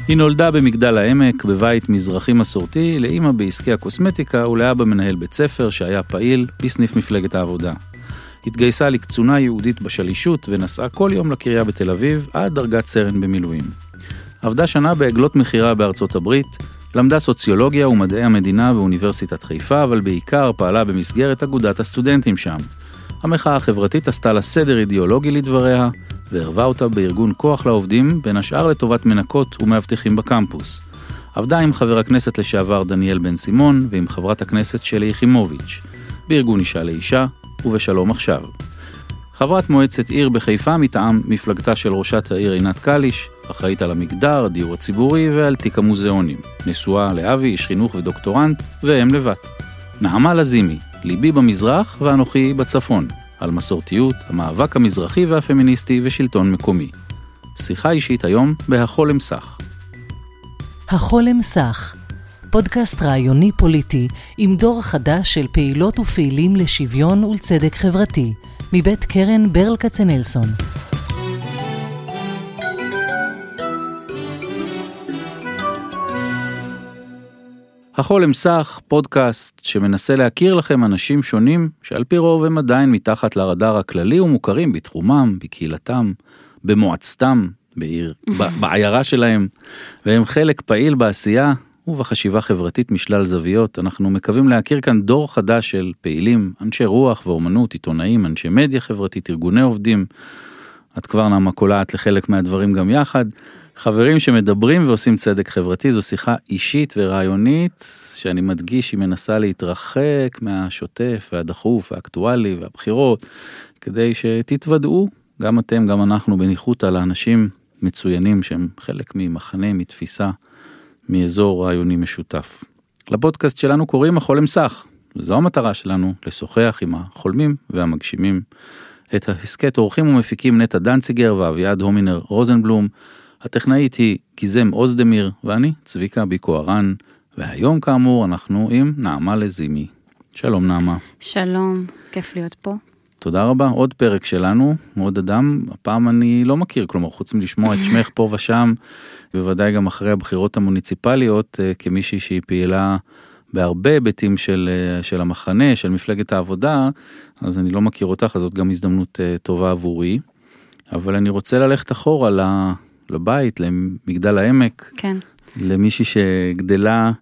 היא נולדה במגדל העמק, בבית מזרחי מסורתי, לאמא בעסקי הקוסמטיקה ולאבא מנהל בית ספר שהיה פעיל בסניף מפלגת העבודה. התגייסה לקצונה יהודית בשלישות ונסעה כל יום לקריה בתל אביב עד דרגת סרן במילואים. עבדה שנה בעגלות מחירה בארצות הברית, למדה סוציולוגיה ומדעי המדינה באוניברסיטת חיפה, אבל בעיקר פעלה במסגרת אגודת הסטודנטים שם. המחאה החברתית עשתה לה סדר אידיאולוגי לדבריה, והרבה אותה בארגון כוח לעובדים, בין השאר לטובת מנקות ומאבטחים בקמפוס. עבדה עם חבר הכנסת לשעבר דניאל בן סימון, ועם חברת הכנסת שלי יחימוביץ', בארגון אישה לאישה ובשלום עכשיו. חברת מועצת עיר בחיפה מטעם מפלגתה של ראשת העיר עינת קליש, אחראית על המגדר, הדיור הציבורי ועל תיק המוזיאונים. נשואה לאבי, איש חינוך ודוקטורנט, והם לבת. נעמה לזימי, ליבי במזרח ואנוכי בצפון, על מסורתיות, המאבק המזרחי והפמיניסטי ושלטון מקומי. שיחה אישית היום בהחולם סך. החולם סך, פודקאסט רעיוני פוליטי עם דור חדש של פעילות ופעילים לשוויון ולצדק חברתי, מבית קרן ברל כצנלסון. החולם סך, פודקאסט שמנסה להכיר לכם אנשים שונים שעל פי רוב הם עדיין מתחת לרדאר הכללי ומוכרים בתחומם, בקהילתם, במועצתם, בעיירה שלהם, והם חלק פעיל בעשייה ובחשיבה חברתית משלל זוויות. אנחנו מקווים להכיר כאן דור חדש של פעילים, אנשי רוח ואומנות, עיתונאים, אנשי מדיה חברתית, ארגוני עובדים. את כבר נעמה קולעת לחלק מהדברים גם יחד. חברים שמדברים ועושים צדק חברתי. זו שיחה אישית ורעיונית, שאני מדגיש, היא מנסה להתרחק מהשוטף והדחוף והאקטואלי והבחירות, כדי שתתוודעו, גם אתם, גם אנחנו, בניחותא לאנשים מצוינים שהם חלק ממחנה, מתפיסה, מאזור רעיוני משותף. לפודקאסט שלנו קוראים החולם סך. זו המטרה שלנו, לשוחח עם החולמים והמגשימים. את ההסקט עורכים ומפיקים נטע דנציגר ואביעד הומינר רוזנבלום. הטכנאית היא גיזם אוזדמיר, ואני צביקה ביקוארן, והיום כאמור אנחנו עם נעמה לזימי. שלום נעמה. שלום, כיף להיות פה. תודה רבה, עוד פרק שלנו, עוד אדם, הפעם אני לא מכיר, כלומר חוץ מלשמוע את שמך פה ושם, בוודאי גם אחרי הבחירות המוניציפליות, כמישהי שהיא פעילה בהרבה היבטים של המחנה, של מפלגת העבודה, אז אני לא מכיר אותך, אז זאת גם הזדמנות טובה עבורי, אבל אני רוצה ללכת אחורה לבית, למגדל העמק, כן. למישהי שגדלה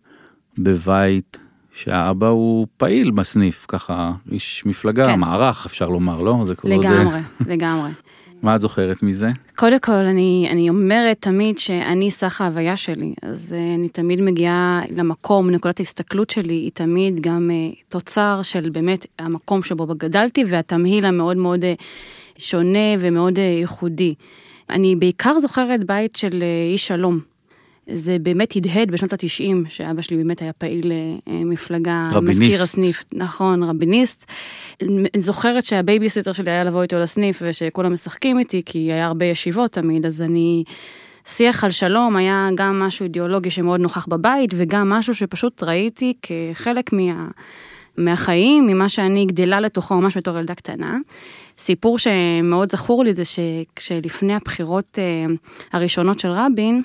בבית שהאבא הוא פעיל בסניף, ככה איש מפלגה, כן. מערך אפשר לומר, לא? זה לגמרי, לגמרי. מה את זוכרת מזה? קודם כל, אני אומרת תמיד שאני סך ההוויה שלי, אז אני תמיד מגיעה למקום, נקודת ההסתכלות שלי, היא תמיד גם תוצר של באמת המקום שבו גדלתי, והתמהיל המאוד מאוד שונה ומאוד ייחודי. אני בעיקר זוכרת בית של איש שלום. זה באמת הדהד בשנות ה-90, שאבא שלי באמת היה פעיל מפלגה, רביניסט. מזכיר הסניף, נכון, רביניסט. אני זוכרת שהבייביסיטר שלי היה לבוא איתו לסניף, ושכולם משחקים איתי, כי היה הרבה ישיבות תמיד, אז שיח על שלום היה גם משהו אידיאולוגי שמאוד נוכח בבית, וגם משהו שפשוט ראיתי כחלק מהחיים, ממה שאני גדלה לתוכו ממש בתור ילדה קטנה. סיפור שמאוד זכור לי זה שכשלפני הבחירות הראשונות של רבין,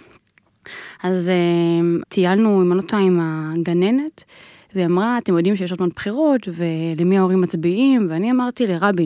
אז טיילנו עם הנוטה עם הגננת, והיא אמרה, אתם יודעים שיש עוד מעט בחירות, ולמי ההורים מצביעים, ואני אמרתי לרבין,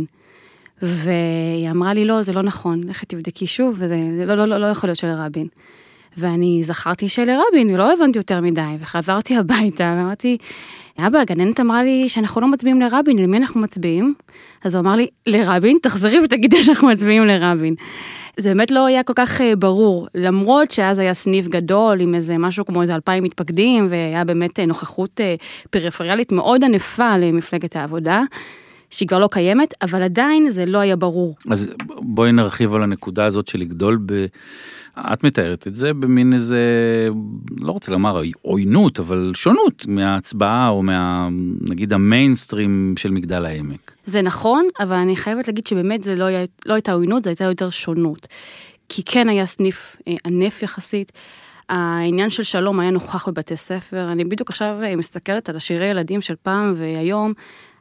והיא אמרה לי, לא, זה לא נכון, לכי תבדקי שוב, וזה לא יכול להיות של רבין. ואני זכרתי שלרבין, ולא הבנתי יותר מדי, וחזרתי הביתה, ואמרתי, אבא, הגננת אמרה לי שאנחנו לא מצביעים לרבין, למי אנחנו מצביעים? אז הוא אמר לי, לרבין, תחזרי ותגידי שאנחנו מצביעים לרבין. זה באמת לא היה כל כך ברור, למרות שאז היה סניף גדול, עם איזה משהו כמו איזה 2,000 מתפקדים, והיה באמת נוכחות פריפריאלית מאוד ענפה למפלגת העבודה, שהיא כבר לא קיימת, אבל עדיין זה לא היה ברור. אז בואי נרחיב על הנקודה הזאת של לגדול את מתארת את זה במין איזה, לא רוצה לומר עוינות, אבל שונות מההצבעה או נגיד המיינסטרים של מגדל העמק. זה נכון, אבל אני חייבת להגיד שבאמת זה לא הייתה עוינות, זה הייתה יותר שונות. כי כן היה סניף ענף יחסית, העניין של שלום היה נוכח בבתי ספר, אני בדיוק עכשיו מסתכלת על השירי ילדים של פעם והיום,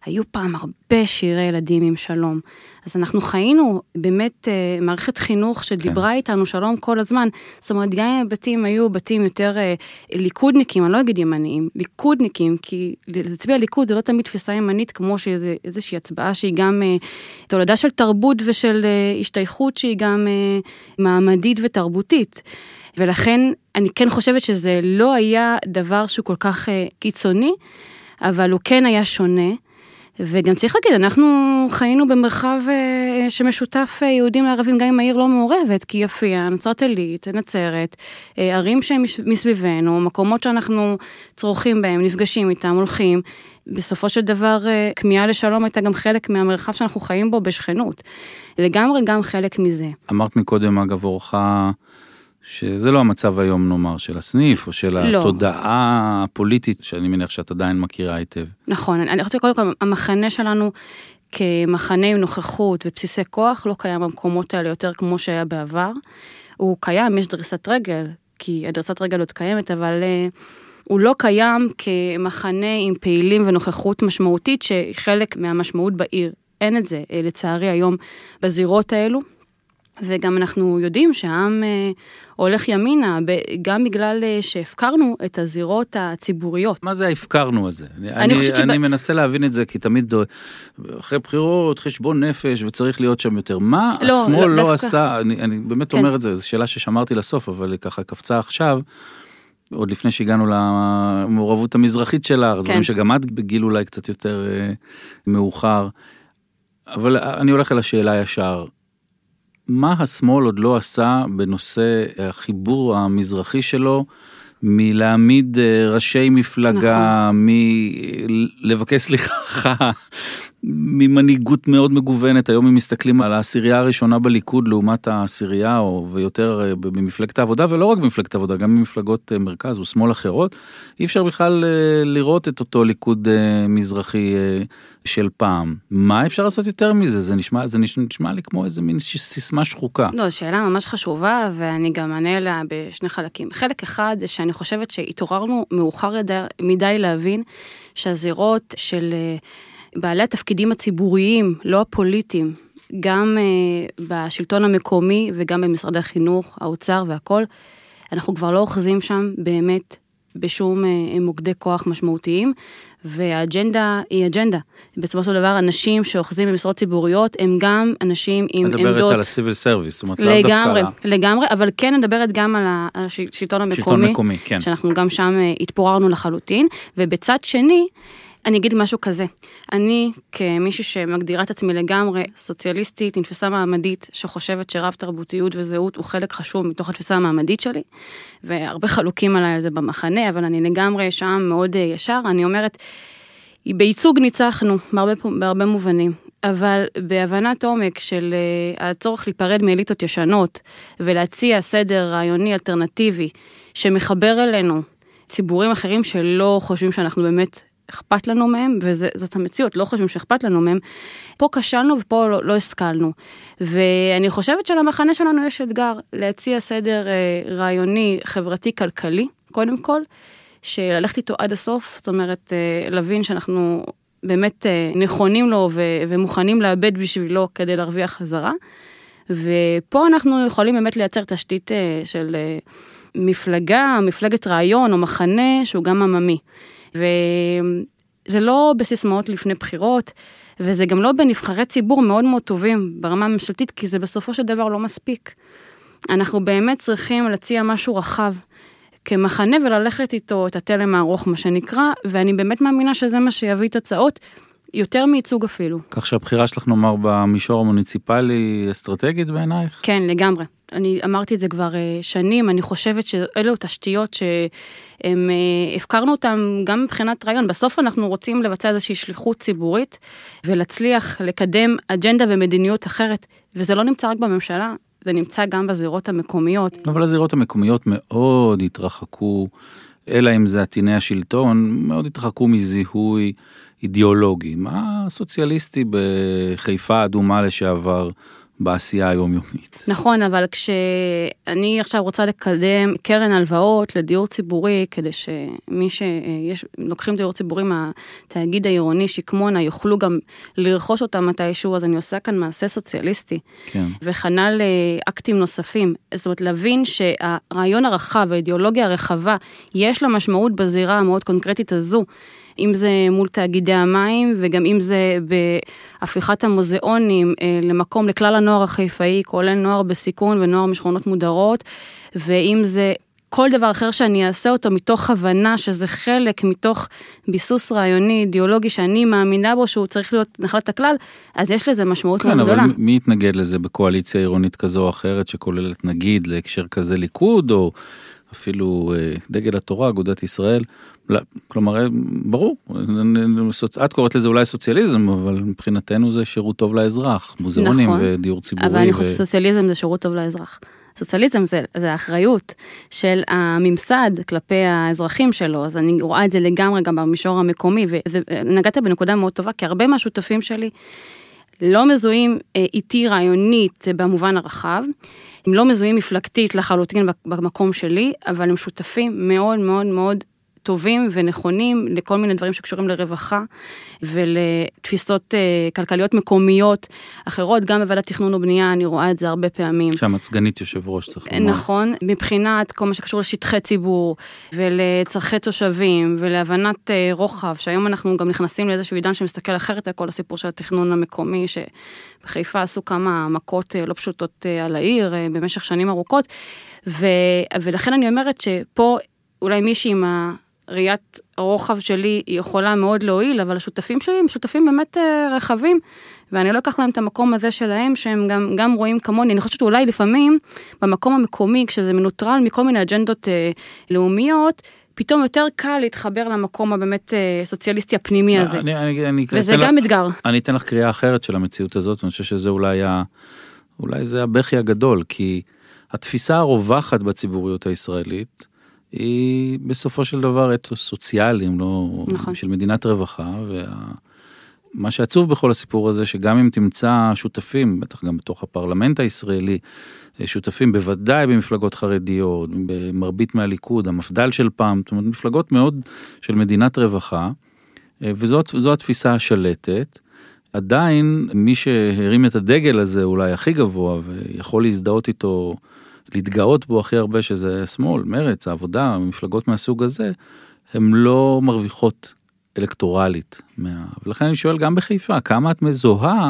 היו פעם הרבה שירי ילדים עם שלום. אז אנחנו חיינו באמת מערכת חינוך שדיברה איתנו שלום כל הזמן. זאת אומרת, גם אם הבתים היו בתים יותר ליכודניקים, אני לא אגיד ימניים, ליכודניקים, כי להצביע ליכוד זה לא תמיד תפיסה ימנית, כמו שאיזושהי הצבעה שהיא גם תולדה של תרבות ושל השתייכות שהיא גם מעמדית ותרבותית. ולכן אני כן חושבת שזה לא היה דבר שהוא כל כך קיצוני, אבל הוא כן היה שונה. וגם צריך להגיד, אנחנו חיינו במרחב שמשותף יהודים לערבים, גם אם העיר לא מעורבת, כי יפיע, נצרת עילית, נצרת, ערים שהם מסביבנו, מקומות שאנחנו צורכים בהם, נפגשים איתם, הולכים. בסופו של דבר, כמיהה לשלום הייתה גם חלק מהמרחב שאנחנו חיים בו בשכנות. לגמרי גם חלק מזה. אמרת מקודם, אגב, אורחה, שזה לא המצב היום, נאמר, של הסניף, או של התודעה הפוליטית, שאני מניח שאת עדיין מכירה היטב. נכון, אני חושבת שקודם כל, המחנה שלנו, כמחנה עם נוכחות ובסיסי כוח, לא קיים במקומות האלה יותר כמו שהיה בעבר. הוא קיים, יש דריסת רגל, כי הדריסת רגל עוד קיימת, אבל הוא לא קיים כמחנה עם פעילים ונוכחות משמעותית, שהיא חלק מהמשמעות בעיר. אין את זה, לצערי, היום בזירות האלו. וגם אנחנו יודעים שהעם הולך ימינה, גם בגלל שהפקרנו את הזירות הציבוריות. מה זה ההפקרנו הזה? אני מנסה להבין את זה, כי תמיד אחרי בחירות, חשבון נפש, וצריך להיות שם יותר. מה השמאל לא עשה? אני באמת אומר את זה, זו שאלה ששמרתי לסוף, אבל ככה קפצה עכשיו, עוד לפני שהגענו למעורבות המזרחית שלה, דברים שגם את בגיל אולי קצת יותר מאוחר. אבל אני הולך אל השאלה ישר. מה השמאל עוד לא עשה בנושא החיבור המזרחי שלו, מלהעמיד ראשי מפלגה, מלבקש סליחה, ממנהיגות מאוד מגוונת. היום הם מסתכלים על העשירייה הראשונה בליכוד, לעומת העשירייה, ויותר במפלגת העבודה, ולא רק במפלגת העבודה, גם במפלגות מרכז ושמאל אחרות. אי אפשר בכלל לראות את אותו ליכוד מזרחי של פעם. מה אפשר לעשות יותר מזה? זה נשמע לי כמו איזה מין סיסמה שחוקה. לא, שאלה ממש חשובה, ואני גם אענה לה בשני חלקים. חלק אחד זה שאני חושבת שהתעוררנו מאוחר מדי להבין שהזירות של בעלי התפקידים הציבוריים, לא הפוליטיים, גם בשלטון המקומי וגם במשרד החינוך, האוצר והכל, אנחנו כבר לא אוחזים שם באמת בשום מוקדי כוח משמעותיים, והאג'נדה היא אג'נדה. בסופו של דבר, אנשים שאוחזים במשרות ציבוריות, הם גם אנשים עם עמדות... מדברת על הסיביל סרוויס, זאת אומרת, לגמרי, אבל כן מדברת גם על השלטון המקומי, שלטון מקומי, כן. שאנחנו גם שם התפוררנו לחלוטין, ובצד שני, אני אגיד משהו כזה, אני כמישהי שמגדירה את עצמי לגמרי סוציאליסטית, עם תפיסה מעמדית, שחושבת שרב תרבותיות וזהות הוא חלק חשוב מתוך התפיסה המעמדית שלי, והרבה חלוקים עליי על זה במחנה, אבל אני לגמרי שם מאוד ישר, אני אומרת, בייצוג ניצחנו בהרבה מובנים, אבל בהבנת עומק של הצורך להיפרד מאליטות ישנות, ולהציע סדר רעיוני אלטרנטיבי, שמחבר אלינו ציבורים אחרים שלא חושבים שאנחנו באמת אכפת לנו מהם, וזאת המציאות, לא חושבים שאכפת לנו מהם, פה כשלנו ופה לא השכלנו. ואני חושבת שלמחנה שלנו יש אתגר, להציע סדר רעיוני, חברתי, כלכלי, קודם כל, שללכת איתו עד הסוף, זאת אומרת, להבין שאנחנו באמת נכונים לו ומוכנים לאבד בשבילו כדי להרוויח חזרה, ופה אנחנו יכולים באמת לייצר תשתית של מפלגת רעיון או מחנה שהוא גם עממי. וזה לא בסיסמאות לפני בחירות, וזה גם לא בנבחרי ציבור מאוד מאוד טובים ברמה הממשלתית, כי זה בסופו של דבר לא מספיק. אנחנו באמת צריכים להציע משהו רחב כמחנה וללכת איתו את התלם הארוך, מה שנקרא, ואני באמת מאמינה שזה מה שיביא תוצאות, יותר מייצוג אפילו. כך שהבחירה שלך נאמר במישור המוניציפלי אסטרטגית בעינייך? כן, לגמרי. אני אמרתי את זה כבר שנים, אני חושבת שאלו תשתיות שהם הפקרנו אותם גם מבחינת רעיון. בסוף אנחנו רוצים לבצע איזושהי שליחות ציבורית, ולהצליח לקדם אג'נדה ומדיניות אחרת, וזה לא נמצא רק בממשלה, זה נמצא גם בזירות המקומיות. אבל הזירות המקומיות מאוד התרחקו, אלא אם זה עתיני השלטון, מאוד התרחקו מזיהוי אידיאולוגי. מה הסוציאליסטי בחיפה האדומה לשעבר בעשייה היומיומית. נכון, אבל כשאני עכשיו רוצה לקדם קרן הלוואות לדיור ציבורי, כדי שמי שלוקחים דיור ציבורי מהתאגיד העירוני שיקמונה, יוכלו גם לרכוש אותם מתישהו, אז אני עושה כאן מעשה סוציאליסטי. כן. וכנ"ל לאקטים נוספים. זאת אומרת, להבין שהרעיון הרחב, האידיאולוגיה הרחבה, יש לה משמעות בזירה המאוד קונקרטית הזו, אם זה מול תאגידי המים, וגם אם זה בהפיכת המוזיאונים למקום לכלל הנוער החיפאי, כולל נוער בסיכון ונוער משכונות מודרות, ואם זה כל דבר אחר שאני אעשה אותו מתוך הבנה שזה חלק מתוך ביסוס רעיוני, אידיאולוגי, שאני מאמינה בו שהוא צריך להיות נחלת הכלל, אז יש לזה משמעות מאוד גדולה. כן, אבל מי יתנגד לזה בקואליציה עירונית כזו או אחרת, שכוללת נגיד להקשר כזה ליכוד, או אפילו דגל התורה, אגודת ישראל? כלומר, ברור, את קוראת לזה אולי סוציאליזם, אבל מבחינתנו זה שירות טוב לאזרח, מוזיאונים ודיור ציבורי. אבל אני חושבת שסוציאליזם זה שירות טוב לאזרח. סוציאליזם זה האחריות של הממסד כלפי האזרחים שלו, אז אני רואה את זה לגמרי גם במישור המקומי, ונגעת בנקודה מאוד טובה, כי הרבה מהשותפים שלי לא מזוהים איתי רעיונית במובן הרחב, הם לא מזוהים מפלגתית לחלוטין במקום שלי, אבל הם שותפים מאוד מאוד מאוד טובים ונכונים לכל מיני דברים שקשורים לרווחה ולתפיסות כלכליות מקומיות אחרות, גם בוועדת תכנון ובנייה, אני רואה את זה הרבה פעמים. שם סגנית יושב ראש צריך לומר. נכון, מבחינת כל מה שקשור לשטחי ציבור ולצרכי תושבים ולהבנת רוחב, שהיום אנחנו גם נכנסים לאיזשהו עידן שמסתכל אחרת על כל הסיפור של התכנון המקומי, שבחיפה עשו כמה מכות לא פשוטות על העיר במשך שנים ארוכות, ולכן אני אומרת שפה אולי מישהי עם ראיית הרוחב שלי היא יכולה מאוד להועיל, אבל השותפים שלי הם שותפים באמת רחבים, ואני לא אקח להם את המקום הזה שלהם, שהם גם רואים כמוני. אני חושבת שאולי לפעמים במקום המקומי, כשזה מנוטרל מכל מיני אג'נדות לאומיות, פתאום יותר קל להתחבר למקום הבאמת סוציאליסטי הפנימי הזה. וזה גם אתגר. אני אתן לך קריאה אחרת של המציאות הזאת, אני חושב שזה אולי זה הבכי הגדול, כי התפיסה הרווחת בציבוריות הישראלית, היא בסופו של דבר אתוס סוציאלי, לא נכון. של מדינת רווחה, ומה שעצוב בכל הסיפור הזה, שגם אם תמצא שותפים, בטח גם בתוך הפרלמנט הישראלי, שותפים בוודאי במפלגות חרדיות, במרבית מהליכוד, המפד"ל של פעם, זאת אומרת, מפלגות מאוד של מדינת רווחה, וזו התפיסה השלטת. עדיין, מי שהרים את הדגל הזה אולי הכי גבוה, ויכול להזדהות איתו, להתגאות בו הכי הרבה, שזה שמאל, מרץ, העבודה, מפלגות מהסוג הזה, הן לא מרוויחות אלקטורלית. ולכן אני שואל גם בחיפה, כמה את מזוהה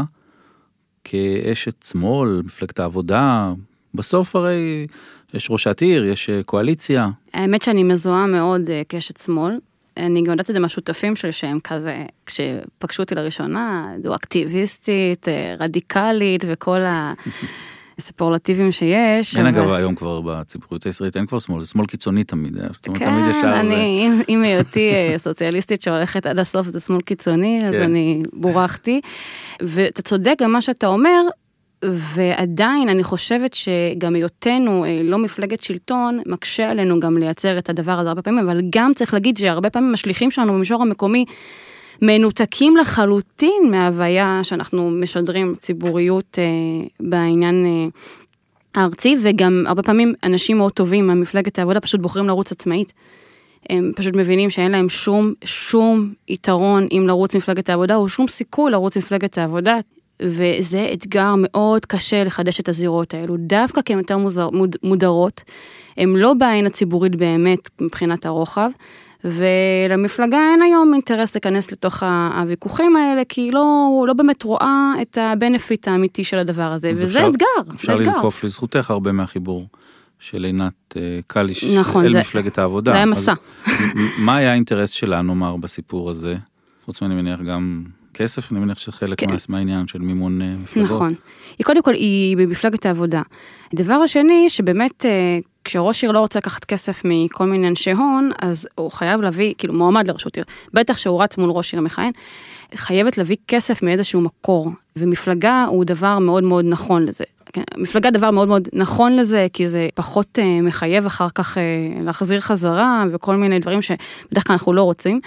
כאשת שמאל, מפלגת העבודה? בסוף הרי יש ראשת עיר, יש קואליציה. האמת שאני מזוהה מאוד כאשת שמאל. אני גם יודעת את זה מהשותפים שלי שהם כזה, כשפגשו אותי לראשונה, זו אקטיביסטית, רדיקלית וכל הסופרלטיבים שיש. אין אגב היום כבר בציבוריות הישראלית, אין כבר שמאל, זה שמאל קיצוני תמיד. כן, אם היותי סוציאליסטית שהולכת עד הסוף, זה שמאל קיצוני, אז אני בורחתי. ואתה צודק גם מה שאתה אומר, ועדיין אני חושבת שגם היותנו לא מפלגת שלטון, מקשה עלינו גם לייצר את הדבר הזה הרבה פעמים, אבל גם צריך להגיד שהרבה פעמים השליחים שלנו במישור המקומי, מנותקים לחלוטין מההוויה שאנחנו משדרים ציבוריות בעניין הארצי, וגם הרבה פעמים אנשים מאוד טובים מהמפלגת העבודה פשוט בוחרים לרוץ עצמאית. הם פשוט מבינים שאין להם שום יתרון אם לרוץ מפלגת העבודה, או שום סיכוי לרוץ מפלגת העבודה, וזה אתגר מאוד קשה לחדש את הזירות האלו, דווקא כי הן יותר מודרות, הן לא בעין הציבורית באמת מבחינת הרוחב, ולמפלגה אין היום אינטרס להיכנס לתוך הוויכוחים האלה, כי היא לא באמת רואה את הבנפיט האמיתי של הדבר הזה, וזה אתגר. אפשר לזקוף לזכותך הרבה מהחיבור של עינת קליש אל מפלגת העבודה. זה היה מסע. מה היה האינטרס שלה, נאמר, בסיפור הזה? חוץ מאני מניח גם כסף, אני מניח שחלק מהעניין של מימון מפלגות. נכון. קודם כל, היא במפלגת העבודה. הדבר השני, שבאמת כשראש עיר לא רוצה לקחת כסף מכל מיני אנשי הון, אז הוא חייב להביא, כאילו מועמד לראשות עיר, בטח שהוא רץ מול ראש עיר מכהן, חייבת להביא כסף מאיזשהו מקור, ומפלגה הוא דבר מאוד מאוד נכון לזה. מפלגה דבר מאוד מאוד נכון לזה, כי זה פחות מחייב אחר כך להחזיר חזרה, וכל מיני דברים שבדרך כלל אנחנו לא רוצים.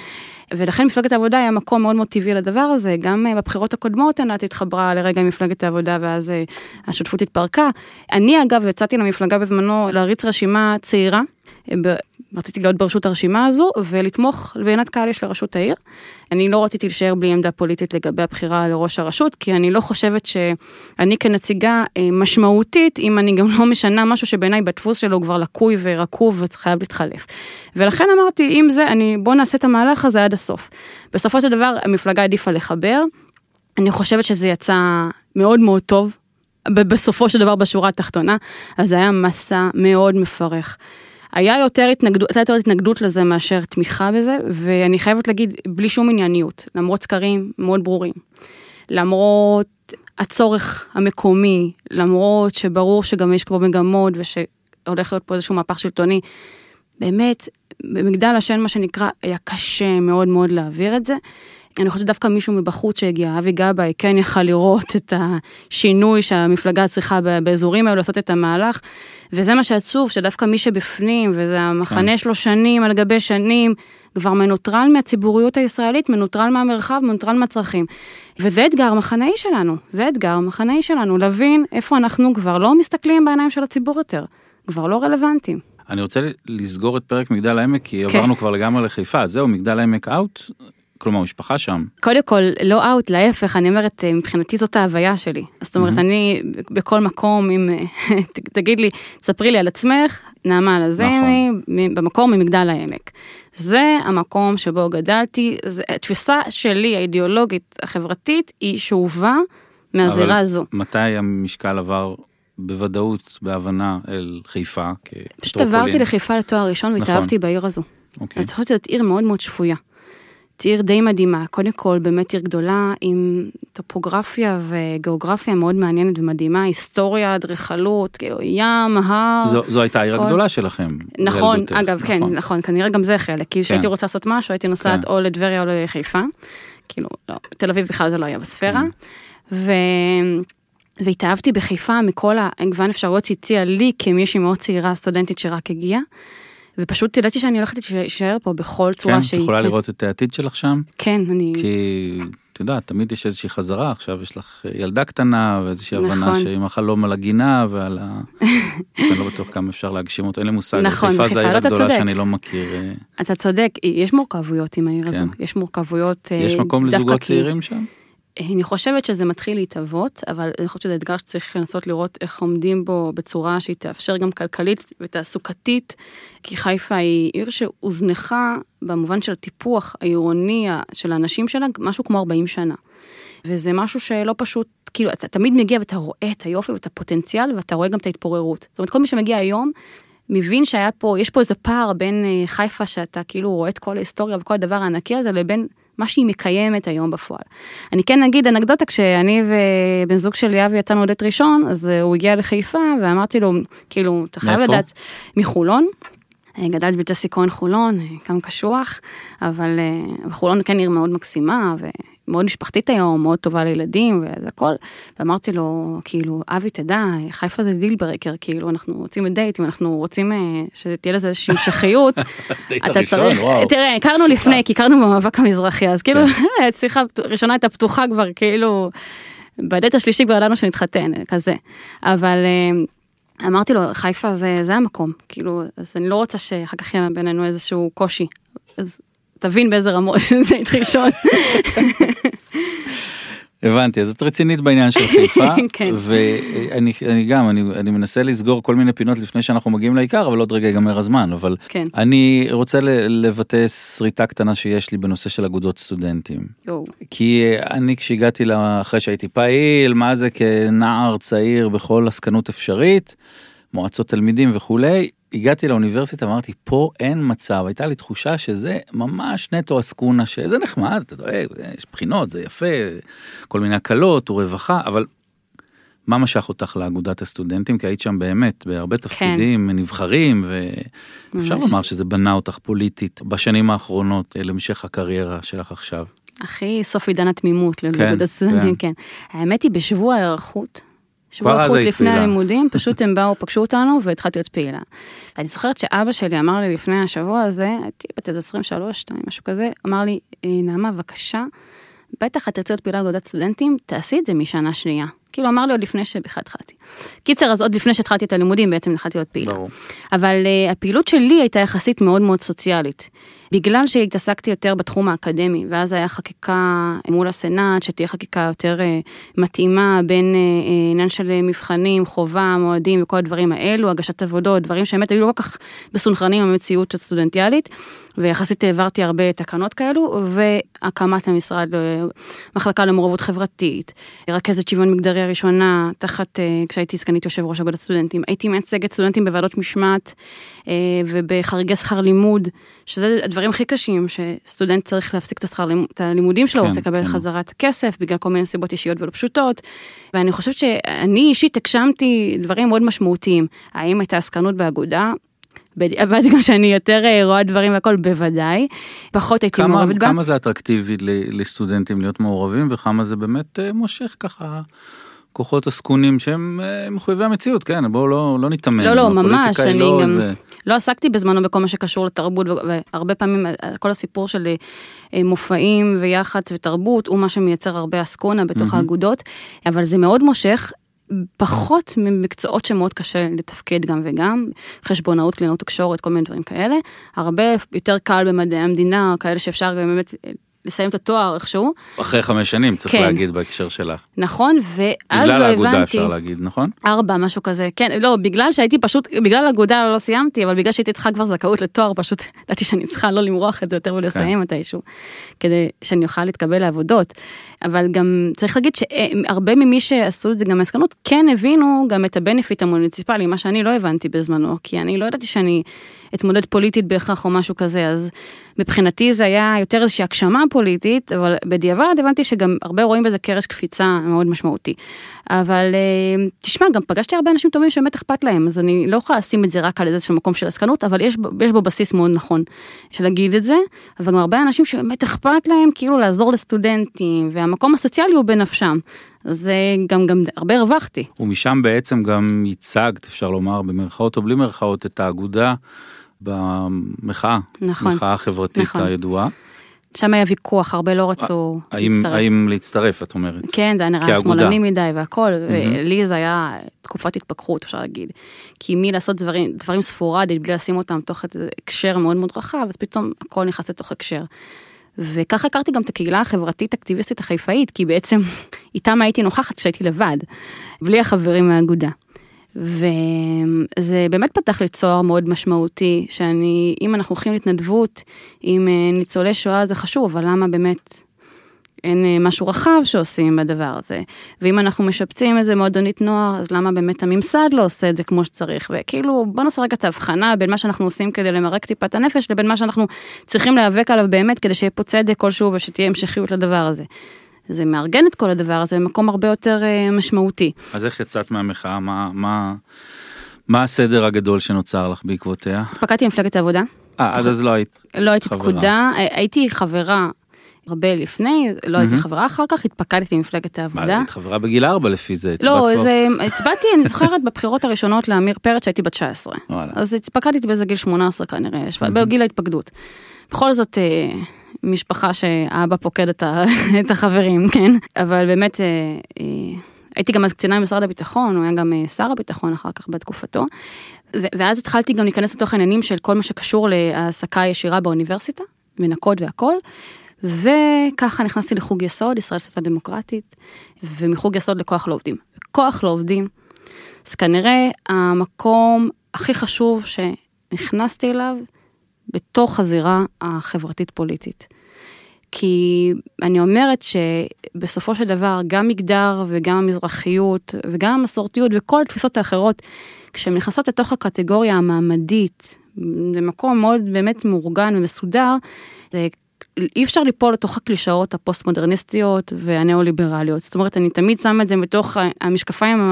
ולכן מפלגת העבודה היה מקום מאוד מאוד טבעי לדבר הזה, גם בבחירות הקודמות ענת התחברה לרגע עם מפלגת העבודה, ואז השותפות התפרקה. אני אגב יצאתי למפלגה בזמנו להריץ רשימה צעירה, רציתי להיות ברשות הרשימה הזו, ולתמוך בעינת קהליש לראשות העיר. אני לא רציתי להישאר בלי עמדה פוליטית לגבי הבחירה לראש הרשות, כי אני לא חושבת שאני כנציגה משמעותית, אם אני גם לא משנה משהו שבעיניי בדפוס שלו כבר לקוי ורקוב וחייב להתחלף. ולכן אמרתי, אם זה, בוא נעשה את המהלך הזה עד הסוף. בסופו של דבר, המפלגה עדיפה לחבר. אני חושבת שזה יצא מאוד מאוד טוב, בסופו של דבר בשורה התחתונה, אז זה היה מסע מאוד מפרך. הייתה יותר התנגדות לזה מאשר תמיכה בזה, ואני חייבת להגיד, בלי שום ענייניות, למרות סקרים מאוד ברורים, למרות הצורך המקומי, למרות שברור שגם יש כמו מגמות, ושהולך להיות פה איזשהו מהפך שלטוני, באמת, במגדל השן, מה שנקרא, היה קשה מאוד מאוד להעביר את זה. אני חושבת דווקא מישהו מבחוץ שהגיע, אבי גבאי, כן יכל לראות את השינוי שהמפלגה צריכה באזורים האלו לעשות את המהלך, וזה מה שעצוב, שדווקא מי שבפנים, וזה המחנה שלו שנים על גבי שנים, כבר מנוטרל מהציבוריות הישראלית, מנוטרל מהמרחב, מנוטרל מהצרכים. וזה אתגר מחנאי שלנו, להבין איפה אנחנו כבר לא מסתכלים בעיניים של הציבור יותר, כבר לא רלוונטיים. אני רוצה לסגור את פרק מגדל העמק, כי עברנו כבר לגמרי לחיפה, זהו, מגדל העמק אאוט, כלומר, משפחה שם. קודם כל, לא אאוט, להפך, אני אומרת, מבחינתי זאת ההוויה שלי. זאת אומרת, אני בכל מקום, תגיד לי, ספרי לי על עצמך, נעמה על הזמי, במקום ממגדל העמק. זה המקום שבו גדלתי, התפיסה שלי, האידיאולוגית, החברתית, היא שאובה מהזירה הזו. מתי המשקל עבר בוודאות, בהבנה אל חיפה? פשוט עברתי לחיפה לתואר ראשון, והתאהבתי בעיר הזו. אני חושבת שזאת עיר מאוד מאוד שפויה. עיר די מדהימה, קודם כל באמת עיר גדולה עם טופוגרפיה וגיאוגרפיה מאוד מעניינת ומדהימה, היסטוריה, אדריכלות, ים, הר. זו הייתה העיר הגדולה שלכם. נכון, אגב, כן, נכון, כנראה גם זה חלק, כי כשהייתי רוצה לעשות משהו, הייתי נוסעת או לדבריה או לחיפה, כאילו, לא, תל אביב בכלל זה לא היה בספירה, והתאהבתי בחיפה מכל הגוון אפשרויות שהציעה לי כמישהי מאוד צעירה, סטודנטית שרק הגיעה, ופשוט ידעתי שאני הולכת להישאר פה בכל צורה שהיא. כן, את יכולה לראות את העתיד שלך שם? כן, אני... כי, אתה יודע, תמיד יש איזושהי חזרה, עכשיו יש לך ילדה קטנה, ואיזושהי הבנה שעם החלום על הגינה, ועל ה... אני לא בטוח כמה אפשר להגשים אותו, אין לי מושג. נכון, חיפה זה העיר הגדולה שאני לא מכיר. אתה צודק, יש מורכבויות עם העיר הזו, יש מורכבויות... יש מקום לזוגות צעירים שם? אני חושבת שזה מתחיל להתאבות, אבל אני חושבת שזה אתגר שצריך לנסות לראות איך עומדים בו בצורה שהיא תאפשר גם כלכלית ותעסוקתית, כי חיפה היא עיר שהוזנחה במובן של הטיפוח העירוני של האנשים שלה, משהו כמו 40 שנה. וזה משהו שלא פשוט, כאילו, אתה תמיד מגיע ואתה רואה את היופי ואת הפוטנציאל, ואתה רואה גם את ההתפוררות. זאת אומרת, כל מי שמגיע היום, מבין שהיה פה, יש פה איזה פער בין חיפה, שאתה כאילו רואה את כל ההיסטוריה וכל הדבר הענקי הזה, לבין מה שהיא מקיימת היום בפועל. אני כן נגיד אנקדוטה, כשאני ובן זוג שלי אבי יצאנו לדייט ראשון, אז הוא הגיע לחיפה, ואמרתי לו, כאילו, אתה חייב לדעת, מחולון, גדלת בית הסיכון חולון, כמה קשוח, אבל חולון כן עיר מאוד מקסימה, ומאוד משפחתית היום, מאוד טובה לילדים, וזה הכל, ואמרתי לו, כאילו, אבי תדע, חיפה זה דיל ברקר, כאילו, אנחנו רוצים לדייט, אם אנחנו רוצים שתהיה לזה איזושהי המשכיות, אתה צריך, תראה, הכרנו לפני, כי הכרנו במאבק המזרחי, אז כאילו, שיחה ראשונה הייתה פתוחה כבר, כאילו, בדייט השלישי כבר ידענו שנתחתן, כזה, אבל אמרתי לו, חיפה זה המקום, כאילו, אז אני לא רוצה שאחר כך יהיה בינינו איזשהו קושי, אז תבין באיזה רמות זה התחישות. הבנתי, אז את רצינית בעניין של חיפה, ואני גם, אני מנסה לסגור כל מיני פינות לפני שאנחנו מגיעים לעיקר, אבל עוד רגע ייגמר הזמן, אבל אני רוצה לבטא שריטה קטנה שיש לי בנושא של אגודות סטודנטים. כי אני כשהגעתי אחרי שהייתי פעיל, מה זה כנער צעיר בכל עסקנות אפשרית, מועצות תלמידים וכולי, הגעתי לאוניברסיטה, אמרתי, פה אין מצב, הייתה לי תחושה שזה ממש נטו עסקונה, שזה נחמד, אתה דואג, יש בחינות, זה יפה, כל מיני הקלות ורווחה, אבל מה משך אותך לאגודת הסטודנטים? כי היית שם באמת, בהרבה תפקידים נבחרים, ואפשר לומר שזה בנה אותך פוליטית בשנים האחרונות, למשך הקריירה שלך עכשיו. הכי סוף עידן התמימות לאגודת הסטודנטים, כן. האמת היא, בשבוע הערכות, שבוע חוץ לפני הלימודים, פשוט הם באו, פגשו אותנו, והתחלתי להיות פעילה. אני זוכרת שאבא שלי אמר לי לפני השבוע הזה, הייתי בת 23, משהו כזה, אמר לי, נעמה, בבקשה, בטח את תרצי להיות פעילה באגודת סטודנטים, תעשי את זה משנה שנייה. כאילו אמר לי עוד לפני שבכלל התחלתי. קיצר, אז עוד לפני שהתחלתי את הלימודים, בעצם התחלתי להיות פעילה. אבל הפעילות שלי הייתה יחסית מאוד מאוד סוציאלית. בגלל שהתעסקתי יותר בתחום האקדמי, ואז היה חקיקה מול הסנאט, שתהיה חקיקה יותר מתאימה בין עניין של מבחנים, חובה, מועדים וכל הדברים האלו, הגשת עבודות, דברים שבאמת היו לא כל כך בסונכרנים המציאות שיחסית ויחסית העברתי הרבה תקנות כאלו, והקמת המשרד, מחלקה למעורבות חברתית, רכזת שוויון מגדרי הראשונה, תחת, כשהייתי סגנית יושב ראש אגודת סטודנטים, הייתי מייצגת סטודנטים בוועדות משמעת, ובחריגי שכר לימוד, שזה הדברים הכי קשים, שסטודנט צריך להפסיק את הלימודים שלו, רוצה לקבל חזרת כסף, בגלל כל מיני סיבות אישיות ולא פשוטות, ואני חושבת שאני אישית הגשמתי דברים מאוד משמעותיים. האם הייתה עסקנות באגודה? אבל גם שאני יותר רואה דברים והכל בוודאי, פחות הייתי מעורבת בה. כמה זה אטרקטיבי לסטודנטים להיות מעורבים, וכמה זה באמת מושך ככה כוחות עסקונים שהם מחויבי המציאות, כן, בואו לא נתאמן. לא, ממש, אני גם לא עסקתי בזמנו בכל מה שקשור לתרבות, והרבה פעמים כל הסיפור של מופעים ויח"צ ותרבות, הוא מה שמייצר הרבה עסקונה בתוך האגודות, אבל זה מאוד מושך, פחות ממקצועות שמאוד קשה לתפקד גם וגם, חשבונאות, קלינאות תקשורת, כל מיני דברים כאלה, הרבה יותר קל במדעי המדינה, כאלה שאפשר באמת לסיים את התואר איכשהו. אחרי 5 שנים, צריך להגיד בהקשר שלך. נכון, ואז לא הבנתי. בגלל האגודה אפשר להגיד, נכון? 4, משהו כזה, כן, לא, בגלל שהייתי פשוט, בגלל האגודה לא סיימתי, אבל בגלל שהייתי צריכה כבר זכאות לתואר, פשוט ידעתי שאני צריכה לא למרוח את זה יותר ולסיים מתישהו, כדי שאני אוכל להתקבל לעבודות. אבל גם צריך להגיד שהרבה ממי שעשו את זה גם מהסקנות, כן הבינו גם את הבנפיט המוניציפלי, מה שאני לא הבנתי בזמנו, כי אני לא ידעתי שאני אתמודד פוליטית בהכרח או משהו כזה, אז מבחינתי זה היה יותר איזושהי הגשמה פוליטית, אבל בדיעבד הבנתי שגם הרבה רואים בזה קרש קפיצה מאוד משמעותי. אבל תשמע, גם פגשתי הרבה אנשים טובים שבאמת אכפת להם, אז אני לא יכולה לשים את זה רק על איזשהו מקום של עסקנות, אבל יש בו בסיס מאוד נכון של להגיד את זה, אבל גם הרבה אנשים שבאמת אכפת להם כאילו לעזור לסטודנטים, והמקום הסוציאלי הוא בנפשם. אז גם הרבה הרווחתי. ומשם בעצם גם ייצגת, אפשר לומר, במרכאות או בלי מרכאות, את האגודה במחאה, נכון, מחאה החברתית נכון. הידועה. שם היה ויכוח, הרבה לא רצו להצטרף. האם להצטרף, את אומרת? כן, זה היה נראה שמאלני מדי והכל, ולי זה היה תקופת התפכחות, אפשר להגיד. כי מי לעשות דברים ספורדית, בלי לשים אותם תוך הקשר מאוד מאוד רחב, אז פתאום הכל נכנס לתוך הקשר. וככה הכרתי גם את הקהילה החברתית אקטיביסטית החיפאית, כי בעצם איתם הייתי נוכחת כשהייתי לבד, בלי החברים מהאגודה. וזה באמת פתח לי צוהר מאוד משמעותי, אם אנחנו הולכים להתנדבות עם ניצולי שואה זה חשוב, אבל למה באמת אין משהו רחב שעושים בדבר הזה? ואם אנחנו משפצים איזה מועדונית נוער, אז למה באמת הממסד לא עושה את זה כמו שצריך? וכאילו בוא נעשה רגע את ההבחנה בין מה שאנחנו עושים כדי למרק טיפת הנפש, לבין מה שאנחנו צריכים להיאבק עליו באמת, כדי שיהיה פה צדק כלשהו ושתהיה המשכיות לדבר הזה. זה מארגן את כל הדבר הזה, במקום הרבה יותר משמעותי. אז איך יצאת מהמחאה? מה הסדר הגדול שנוצר לך בעקבותיה? פקדתי מפלגת העבודה. עד אז לא היית חברה. לא הייתי פקודה, הייתי חברה הרבה לפני, לא הייתי חברה אחר כך, התפקדתי ממפלגת העבודה. היית חברה בגיל 4 לפי זה, לא, הצבעתי, אני זוכרת בבחירות הראשונות לאמיר פרץ, שהייתי בת 19. אז התפקדתי באיזה גיל 18 כנראה, בגיל ההתפקדות. בכל זאת, משפחה שהאבא פוקד את החברים, כן? אבל באמת, הייתי גם אז קצינה במשרד הביטחון, הוא היה גם שר הביטחון אחר כך בתקופתו, ואז התחלתי גם להיכנס לתוך העניינים של כל מה שקשור להעסקה ישירה באוניברסיטה, מנקות והכל, וככה נכנסתי לחוג יסוד, ישראל סוציאל דמוקרטית, ומחוג יסוד לכוח לעובדים. כוח לעובדים, אז כנראה המקום הכי חשוב שנכנסתי אליו, בתוך הזירה החברתית-פוליטית. כי אני אומרת שבסופו של דבר, גם מגדר וגם המזרחיות וגם המסורתיות וכל התפיסות האחרות, כשהן נכנסות לתוך הקטגוריה המעמדית, למקום מאוד באמת מאורגן ומסודר, אי אפשר ליפול לתוך הקלישאות הפוסט-מודרניסטיות והנאו-ליברליות. זאת אומרת, אני תמיד שמה את זה בתוך המשקפיים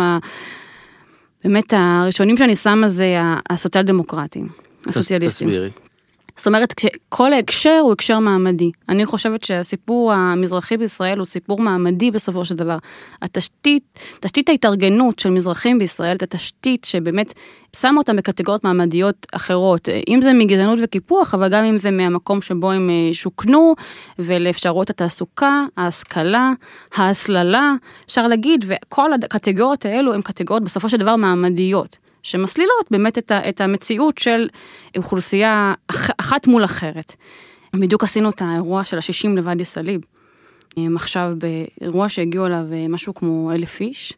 באמת הראשונים שאני שמה זה הסוציאל-דמוקרטים, הסוציאליסטים. תסבירי. זאת אומרת, כל ההקשר הוא הקשר מעמדי. אני חושבת שהסיפור המזרחי בישראל הוא סיפור מעמדי בסופו של דבר. תשתית ההתארגנות של מזרחים בישראל, את התשתית שבאמת שמה אותם בקטגוריות מעמדיות אחרות, אם זה מגזענות וקיפוח, אבל גם אם זה מהמקום שבו הם שוכנו, ולאפשרות התעסוקה, ההשכלה, ההסללה, אפשר להגיד, וכל הקטגוריות האלו הן קטגוריות בסופו של דבר מעמדיות. שמסלילות באמת את המציאות של אוכלוסייה אחת מול אחרת. בדיוק עשינו את האירוע של ה-60 לוואדי סאליב. עכשיו באירוע שהגיעו אליו משהו כמו 1,000 איש,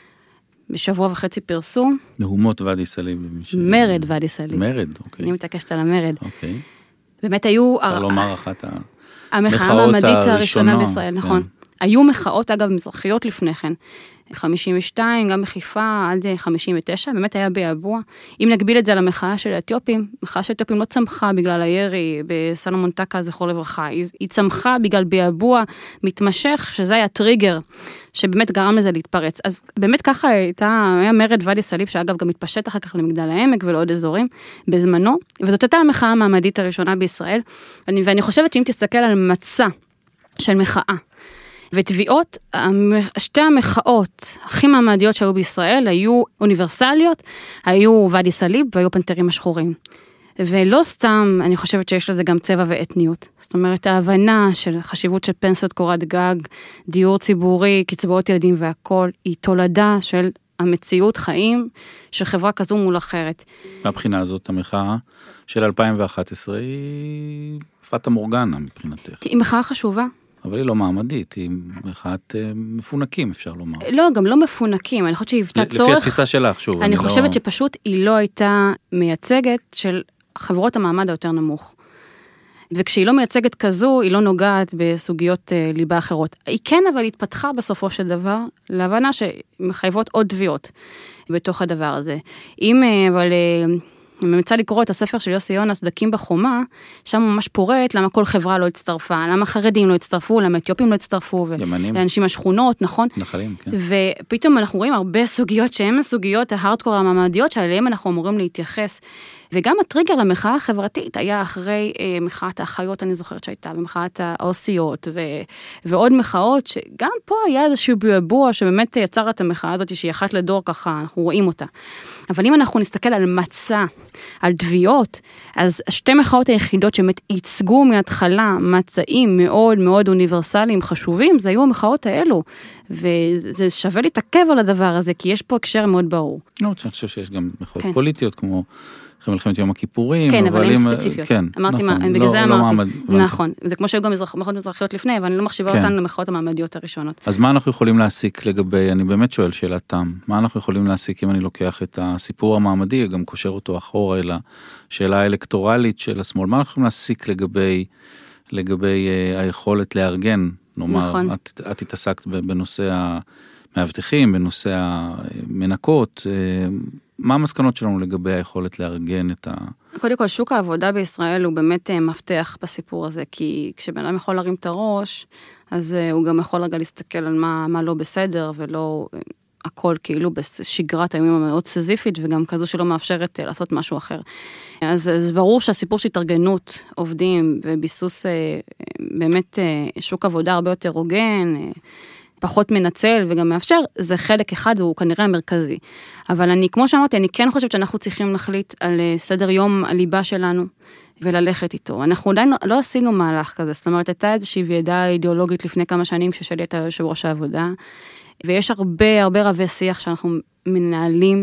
בשבוע וחצי פרסום. מהומות ואדי סאליב. מרד ואדי סאליב. מרד, אוקיי. אני מתעקשת על המרד. אוקיי. באמת היו... אפשר לומר אחת המחאה המעמדית הראשונה בישראל, נכון. היו מחאות, אגב, מזרחיות לפני כן. 52, גם בחיפה עד 59, באמת היה ביאבוע. אם נגביל את זה למחאה של האתיופים, מחאה של האתיופים לא צמחה בגלל הירי בסלומון טקה, זכור לברכה, היא צמחה בגלל ביאבוע מתמשך, שזה היה טריגר, שבאמת גרם לזה להתפרץ. אז באמת ככה היה מרד ואדי סאליב, שאגב גם התפשט אחר כך למגדל העמק ולעוד אזורים בזמנו, וזאת הייתה המחאה המעמדית הראשונה בישראל, ואני חושבת שאם תסתכל על מצע של מחאה, ותביעות, שתי המחאות הכי מעמדיות שהיו בישראל היו אוניברסליות, היו ואדי סאליב והיו פנתרים השחורים. ולא סתם, אני חושבת שיש לזה גם צבע ואתניות. זאת אומרת, ההבנה של חשיבות של פנסיות קורת גג, דיור ציבורי, קצבאות ילדים והכל, היא תולדה של המציאות חיים של חברה כזו מול אחרת. מהבחינה הזאת, המחאה של 2011 היא פטה מורגנה מבחינתך. היא מחאה חשובה. אבל היא לא מעמדית, היא מחאת מפונקים, אפשר לומר. לא, גם לא מפונקים, אני חושבת שהיא היוותה צורך. לפי התפיסה שלך, שוב. אני חושבת שפשוט היא לא הייתה מייצגת של חברות המעמד היותר נמוך. וכשהיא לא מייצגת כזו, היא לא נוגעת בסוגיות ליבה אחרות. היא כן, אבל התפתחה בסופו של דבר, להבנה שמחייבות עוד תביעות בתוך הדבר הזה. אבל אני ממצא לקרוא את הספר של יוסי יונה, סדקים בחומה, שם ממש פורט למה כל חברה לא הצטרפה, למה חרדים לא הצטרפו, למה אתיופים לא הצטרפו, ואנשים השכונות, נכון? נחלים, כן. ופתאום אנחנו רואים הרבה סוגיות שהן הסוגיות ההארדקור המעמדיות, שעליהן אנחנו אמורים להתייחס. וגם הטריגר למחאה החברתית היה אחרי מחאת האחיות, אני זוכרת שהייתה, ומחאת האוסיות, ועוד מחאות, שגם פה היה איזשהו ביאבוע, שבאמת יצר את המחאה הזאת, שהיא אחת לדור ככה, אנחנו רואים אותה. אבל אם אנחנו נסתכל על מצע, על תביעות, אז שתי מחאות היחידות שבאמת ייצגו מההתחלה מצעים מאוד מאוד אוניברסליים חשובים, זה היו המחאות האלו. וזה שווה להתעכב על הדבר הזה, כי יש פה הקשר מאוד ברור. לא, אני חושב שיש גם מחאות פוליטיות, כמו אחרי מלחמת יום הכיפורים. כן, אבל הן ספציפיות. כן, אמרתי מה, בגלל זה אמרתי. נכון, זה כמו שהיו גם מחאות מזרחיות לפני, אבל אני לא מחשיבה אותן למחאות המעמדיות הראשונות. אז מה אנחנו יכולים להסיק לגבי, אני באמת שואל שאלת תם, מה אנחנו יכולים להסיק אם אני לוקח את הסיפור המעמדי, גם קושר אותו אחורה אל השאלה האלקטורלית של השמאל, מה אנחנו יכולים להסיק לגבי היכולת לארגן, נאמר, את התעסקת בנושא המאבטחים, בנושא המנקות, מה המסקנות שלנו לגבי היכולת לארגן את קודם כל, שוק העבודה בישראל הוא באמת מפתח בסיפור הזה, כי כשבן אדם יכול להרים את הראש, אז הוא גם יכול רגע להסתכל על מה לא בסדר, ולא הכל כאילו בשגרת הימים המאוד סזיפית, וגם כזו שלא מאפשרת לעשות משהו אחר. אז ברור שהסיפור של התארגנות עובדים, וביסוס באמת שוק עבודה הרבה יותר הוגן, פחות מנצל וגם מאפשר, זה חלק אחד, הוא כנראה המרכזי. אבל אני, כמו שאמרתי, אני כן חושבת שאנחנו צריכים להחליט על סדר יום הליבה שלנו, וללכת איתו. אנחנו עדיין לא עשינו מהלך כזה, זאת אומרת, הייתה איזושהי ועידה אידיאולוגית לפני כמה שנים, כששלי הייתה יושב ראש העבודה, ויש הרבה רבי שיח שאנחנו מנהלים,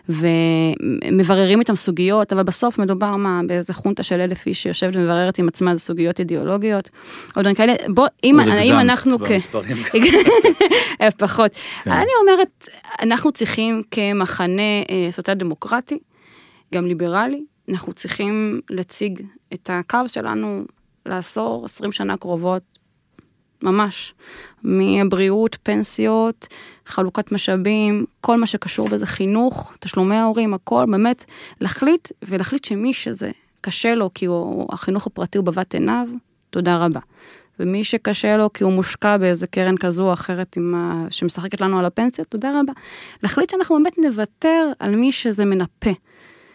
ומבררים איתם סוגיות, אבל בסוף מדובר באיזה חונטה של 1,000 איש, שיושבת ומבררת עם עצמה סוגיות אידיאולוגיות, או דברים כאלה, אם אנחנו פחות. אני אומרת, אנחנו צריכים כמחנה סוציאל דמוקרטי, גם ליברלי, אנחנו צריכים להציג את הקו שלנו לעשור, 20 שנה קרובות, ממש, מבריאות, פנסיות, חלוקת משאבים, כל מה שקשור בזה, חינוך, תשלומי ההורים, הכל, באמת, להחליט שמי שזה קשה לו, כי החינוך הפרטי הוא בבת עיניו, תודה רבה. ומי שקשה לו, כי הוא מושקע באיזה קרן כזו או אחרת, שמשחקת לנו על הפנסיה, תודה רבה. להחליט שאנחנו באמת נוותר על מי שזה מנפה.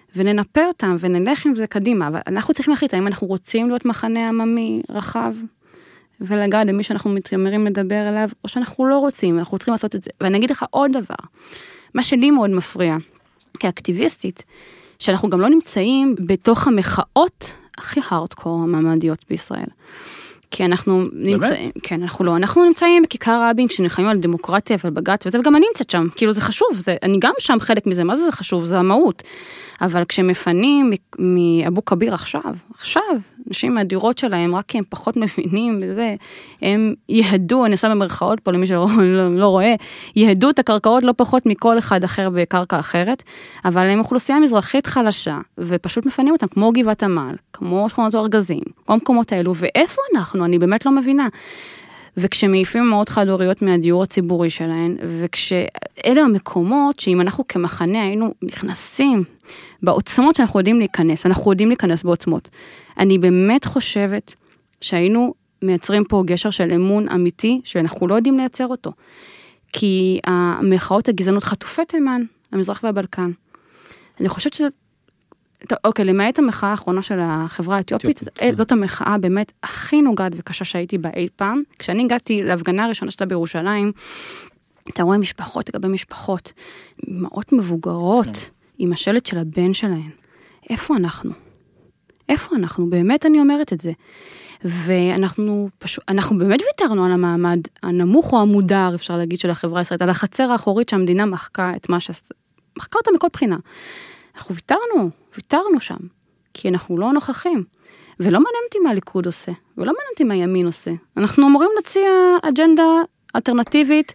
וננפה אותם, ונלך עם זה קדימה, אבל אנחנו צריכים להחליט, האם אנחנו רוצים להיות מחנה עממי רחב, ולגעת למי שאנחנו מתיימרים לדבר אליו, או שאנחנו לא רוצים, אנחנו צריכים לעשות את זה. ואני אגיד לך עוד דבר, מה שלי מאוד מפריע, כאקטיביסטית, שאנחנו גם לא נמצאים בתוך המחאות הכי הארדקור המעמדיות בישראל. כי אנחנו נמצאים, כן, אנחנו נמצאים בכיכר רבין, כשנלחמים על דמוקרטיה ועל בג"ץ, וזה גם אני נמצאת שם, כאילו זה חשוב, אני גם שם חלק מזה, מה זה חשוב? זה המהות. אבל כשמפנים מאבו כביר עכשיו, אנשים מהדירות שלהם, רק כי הם פחות מבינים בזה, הם יהדו, אני עושה במרכאות פה למי שלא רואה, יהדו את הקרקעות לא פחות מכל אחד אחר בקרקע אחרת, אבל הם אוכלוסייה מזרחית חלשה, ופשוט מפנים אותם כמו גבעת עמל, כמו שכונות ארגזים, כמו מקומות האלו, ואיפה אנחנו? אני באמת לא מבינה. וכשמעיפים מאוד חד-הוריות מהדיור הציבורי שלהן, וכשאלה המקומות שאם אנחנו כמחנה היינו נכנסים בעוצמות שאנחנו יודעים להיכנס, אנחנו יודעים להיכנס בעוצמות. אני באמת חושבת שהיינו מייצרים פה גשר של אמון אמיתי, שאנחנו לא יודעים לייצר אותו. כי המחאות הגזענות חטופי תימן, המזרח והבלקן. אני חושבת שזה, אוקיי, למעט המחאה האחרונה של החברה האתיופית, זאת המחאה באמת הכי נוגעת וקשה שהייתי בה אי פעם. כשאני הגעתי להפגנה הראשונה שלה בירושלים, אתה רואה משפחות לגבי משפחות, אמהות מבוגרות, עם השלט של הבן שלהן. איפה אנחנו? איפה אנחנו? באמת אני אומרת את זה. ואנחנו פשוט, אנחנו באמת ויתרנו על המעמד הנמוך או המודר, אפשר להגיד, של החברה הישראלית, על החצר האחורית שהמדינה מחקה את מה מחקה אותה מכל בחינה. אנחנו ויתרנו שם, כי אנחנו לא נוכחים. ולא מעניין אותי מה הליכוד עושה, ולא מעניין אותי מה הימין עושה. אנחנו אמורים להציע אג'נדה אלטרנטיבית,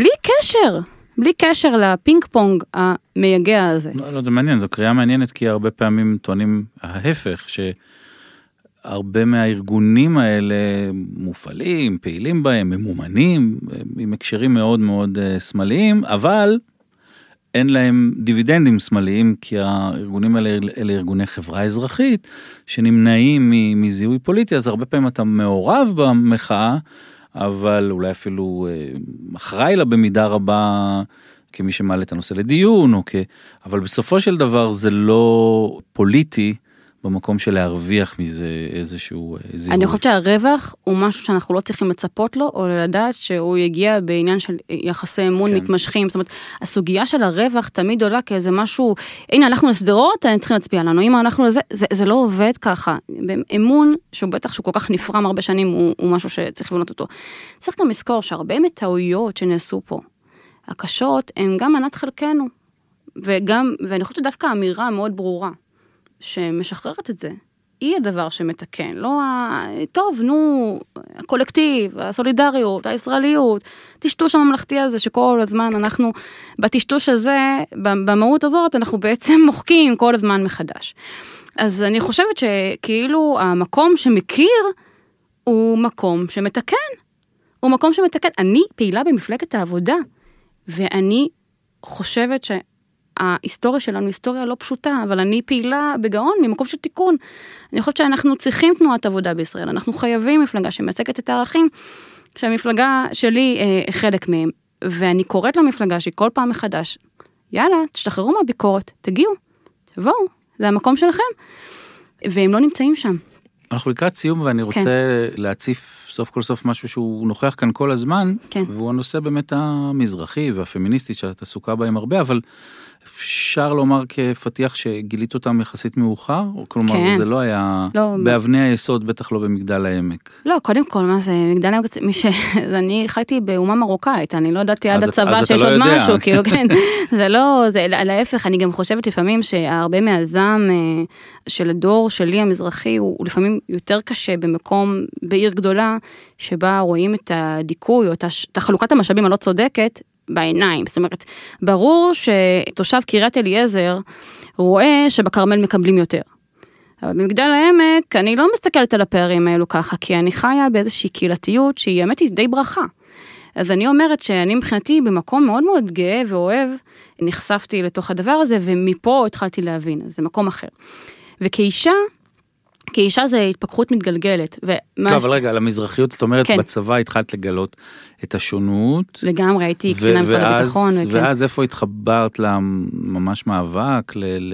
בלי קשר לפינג פונג המייגע הזה. לא, זה מעניין, זו קריאה מעניינת, כי הרבה פעמים טוענים ההפך, שהרבה מהארגונים האלה מופעלים, פעילים בהם, ממומנים, עם הקשרים מאוד מאוד שמאליים, אבל אין להם דיבידנדים שמאליים, כי הארגונים האלה אלה ארגוני חברה אזרחית, שנמנעים מזיהוי פוליטי, אז הרבה פעמים אתה מעורב במחאה, אבל אולי אפילו אחראי לה במידה רבה, כמי שמעלה את הנושא לדיון, אבל בסופו של דבר זה לא פוליטי, במקום של להרוויח מזה איזשהו זיהוי. אני חושבת שהרווח הוא משהו שאנחנו לא צריכים לצפות לו, או לדעת שהוא יגיע בעניין של יחסי אמון מתמשכים. זאת אומרת, הסוגיה של הרווח תמיד עולה כאיזה משהו, הנה, אנחנו לסדרות, צריכים להצביע לנו, אם אנחנו לזה, זה לא עובד ככה. אמון, שהוא בטח שהוא כל כך נפרם הרבה שנים, הוא משהו שצריך לבנות אותו. צריך גם לזכור שהרבה מטעויות שנעשו פה, הקשות, הן גם מנת חלקנו. ואני חושבת שדווקא האמירה מאוד ברורה, שמשחררת את זה, היא הדבר שמתקן, לא טוב, נו, הקולקטיב, הסולידריות, הישראליות, טשטוש הממלכתי הזה, שכל הזמן אנחנו, בטשטוש הזה, במהות הזאת, אנחנו בעצם מוחקים כל הזמן מחדש. אז אני חושבת שכאילו המקום שמכיר, הוא מקום שמתקן. הוא מקום שמתקן. אני פעילה במפלגת העבודה, ואני חושבת ההיסטוריה שלנו היא היסטוריה לא פשוטה, אבל אני פעילה בגאון ממקום של תיקון. אני חושבת שאנחנו צריכים תנועת עבודה בישראל, אנחנו חייבים מפלגה שמייצגת את הערכים, שהמפלגה שלי חלק מהם, ואני קוראת למפלגה שהיא כל פעם מחדש, יאללה, תשתחררו מהביקורת, תגיעו, תבואו, זה המקום שלכם, והם לא נמצאים שם. אנחנו לקראת סיום, ואני רוצה להציף סוף כל סוף משהו שהוא נוכח כאן כל הזמן, והוא הנושא באמת המזרחי והפמיניסטי שאת עסוקה בהם הרבה, אבל אפשר לומר כפתיח שגילית אותם יחסית מאוחר? כלומר, זה לא היה באבני היסוד, בטח לא במגדל העמק. לא, קודם כל, מה זה, מגדל העמק, אני חייתי באומה מרוקאית, אני לא ידעתי עד הצבא שיש עוד משהו, כאילו, כן, זה לא, זה להפך, אני גם חושבת לפעמים שהרבה מהזעם של הדור שלי המזרחי, הוא לפעמים יותר קשה במקום, בעיר גדולה, שבה רואים את הדיכוי, או את חלוקת המשאבים הלא צודקת, בעיניים. זאת אומרת, ברור שתושב קריית אליעזר רואה שבקרמל מקבלים יותר. אבל במגדל העמק, אני לא מסתכלת על הפערים האלו ככה, כי אני חיה באיזושהי קהילתיות שהיא האמת היא די ברכה. אז אני אומרת שאני מבחינתי במקום מאוד מאוד גאה ואוהב, נחשפתי לתוך הדבר הזה, ומפה התחלתי להבין, אז זה מקום אחר. וכאישה, כי אישה זה התפכחות מתגלגלת. לא, אבל רגע, על המזרחיות, זאת אומרת, כן. בצבא התחלת לגלות את השונות. לגמרי, הייתי קצינה משרד הביטחון. ואז איפה התחברת לממש מאבק,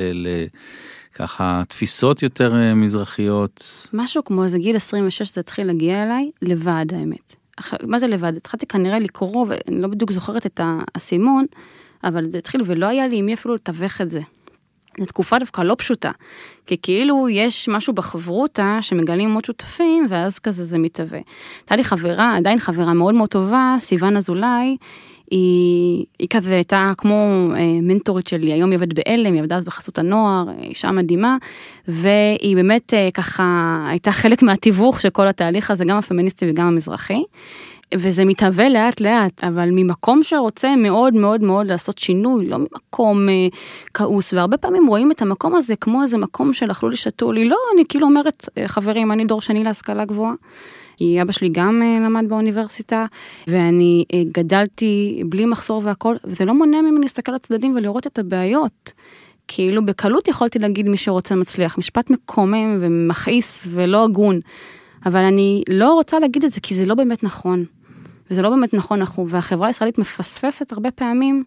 ככה תפיסות יותר מזרחיות? משהו כמו איזה גיל 26, זה התחיל להגיע אליי, לבד האמת. מה זה לבד? התחלתי כנראה לקרוא, ואני לא בדיוק זוכרת את הסימון, אבל זה התחיל ולא היה לי מי אפילו לתווך את זה. זו תקופה דווקא לא פשוטה, כי כאילו יש משהו בחברותה שמגלים מאוד שותפים, ואז כזה זה מתהווה. הייתה לי חברה, עדיין חברה מאוד מאוד טובה, סיוון אזולאי, היא כזה הייתה כמו מנטורית שלי, היום היא עובדת בעלם, היא עבדה אז בחסות הנוער, אישה מדהימה, והיא באמת ככה הייתה חלק מהתיווך של כל התהליך הזה, גם הפמיניסטי וגם המזרחי, וזה מתהווה לאט לאט, אבל ממקום שרוצה מאוד מאוד מאוד לעשות שינוי, לא ממקום כעוס, והרבה פעמים רואים את המקום הזה כמו איזה מקום של אכלו לי שתו לי, לא, אני כאילו אומרת, חברים, אני דור שני להשכלה גבוהה, אבא שלי גם למד באוניברסיטה, ואני גדלתי בלי מחסור והכל, וזה לא מונע ממני להסתכל על הצדדים ולראות את הבעיות, כאילו בקלות יכולתי להגיד מי שרוצה מצליח, משפט מקומם ומכעיס ולא הגון, אבל אני לא רוצה להגיד את זה, כי זה לא באמת נכון, וזה לא באמת נכון, והחברה הישראלית מפספסת הרבה פעמים,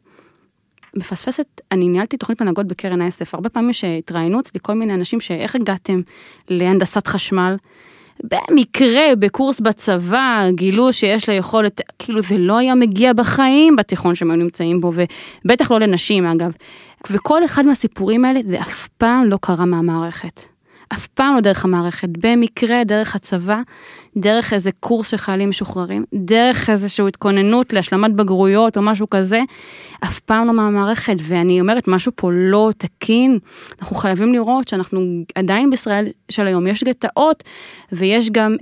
אני ניהלתי תוכנית מנהגות בקרן האסף, הרבה פעמים שהתראיינו אצלי כל מיני אנשים שאיך הגעתם להנדסת חשמל, במקרה, בקורס בצבא, גילו שיש לה יכולת, כאילו זה לא היה מגיע בחיים בתיכון שהם נמצאים בו, ובטח לא לנשים אגב, וכל אחד מהסיפורים האלה, זה אף פעם לא קרה מהמערכת. אף פעם לא דרך המערכת, במקרה דרך הצבא, דרך איזה קורס של חיילים משוחררים, דרך איזושהי התכוננות להשלמת בגרויות או משהו כזה, אף פעם לא מהמערכת, ואני אומרת, משהו פה לא תקין, אנחנו חייבים לראות שאנחנו עדיין בישראל של היום, יש גטאות, ויש גם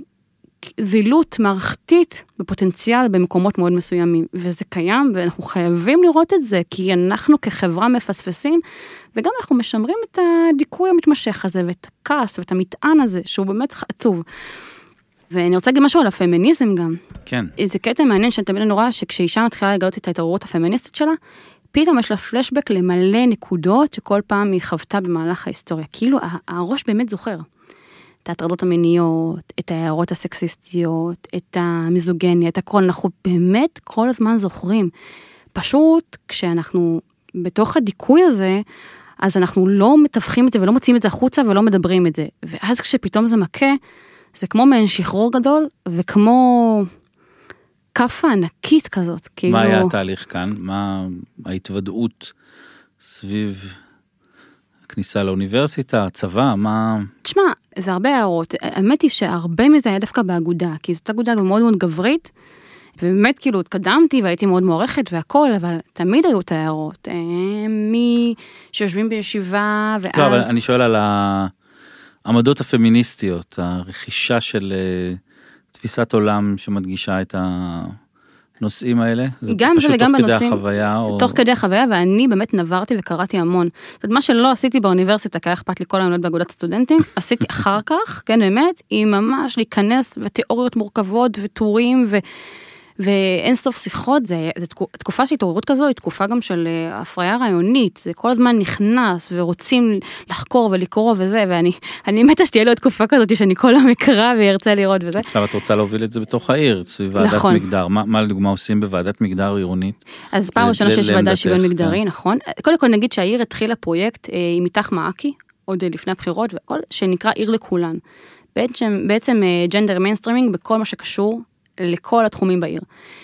זילות מערכתית בפוטנציאל במקומות מאוד מסוימים, וזה קיים, ואנחנו חייבים לראות את זה, כי אנחנו כחברה מפספסים, וגם אנחנו משמרים את הדיכוי המתמשך הזה, ואת הכעס, ואת המטען הזה, שהוא באמת עצוב. ואני רוצה להגיד משהו על הפמיניזם גם. כן. זה קטע מעניין שאני תמיד רואה, שכשאישה מתחילה לגלות את ההתעוררות הפמיניסטית שלה, פתאום יש לה פלשבק למלא נקודות, שכל פעם היא חוותה במהלך ההיסטוריה. כאילו, הראש באמת זוכר. את ההטרדות המיניות, את ההערות הסקסיסטיות, את המיזוגניה, את הכל, אנחנו באמת כל הזמן זוכרים. פשוט כשאנחנו בתוך הדיכוי הזה, אז אנחנו לא מתווכים את זה ולא מוצאים את זה החוצה ולא מדברים את זה. ואז כשפתאום זה מכה, זה כמו מעין שחרור גדול, וכמו כפה ענקית כזאת. מה היה התהליך כאן? מה ההתוודעות סביב כניסה לאוניברסיטה, הצבא, מה... תשמע, זה הרבה הערות. האמת היא שהרבה מזה היה דווקא באגודה, כי זאת אגודה מאוד מאוד גברית, ובאמת כאילו התקדמתי והייתי מאוד מוערכת והכל, אבל תמיד היו את ההערות. מי שיושבים בישיבה ואז... לא, אבל אני שואל על העמדות הפמיניסטיות, הרכישה של תפיסת עולם שמדגישה את הנושאים האלה. גם זה וגם בנושאים, החוויה, תוך כדי החוויה, ואני באמת נברתי וקראתי המון. זאת אומרת, מה שלא עשיתי באוניברסיטה, כי היה אכפת לי כל היום להיות באגודת סטודנטים, עשיתי אחר כך, כן באמת, היא ממש להיכנס ותיאוריות מורכבות וטורים ואין סוף שיחות, זה תקופה של התעוררות כזו, היא תקופה גם של הפריה רעיונית, זה כל הזמן נכנס ורוצים לחקור ולקרוא וזה, ואני מתה שתהיה לו תקופה כזאת שאני כל היום אקרא וירצה לראות וזה. עכשיו את רוצה להוביל את זה בתוך העיר, סביב ועדת מגדר, מה לדוגמה עושים בוועדת מגדר עירונית? אז פעם ראשונה שיש ועדה שוויון מגדרי, נכון. קודם כל נגיד שהעיר התחילה פרויקט עם איתך מעקי, עוד לפני הבחירות והכל, שנקרא עיר לכולן. בעצם ג'נדר מיינסטרימינג בכל מה שקשור לכל התחומים בעיר.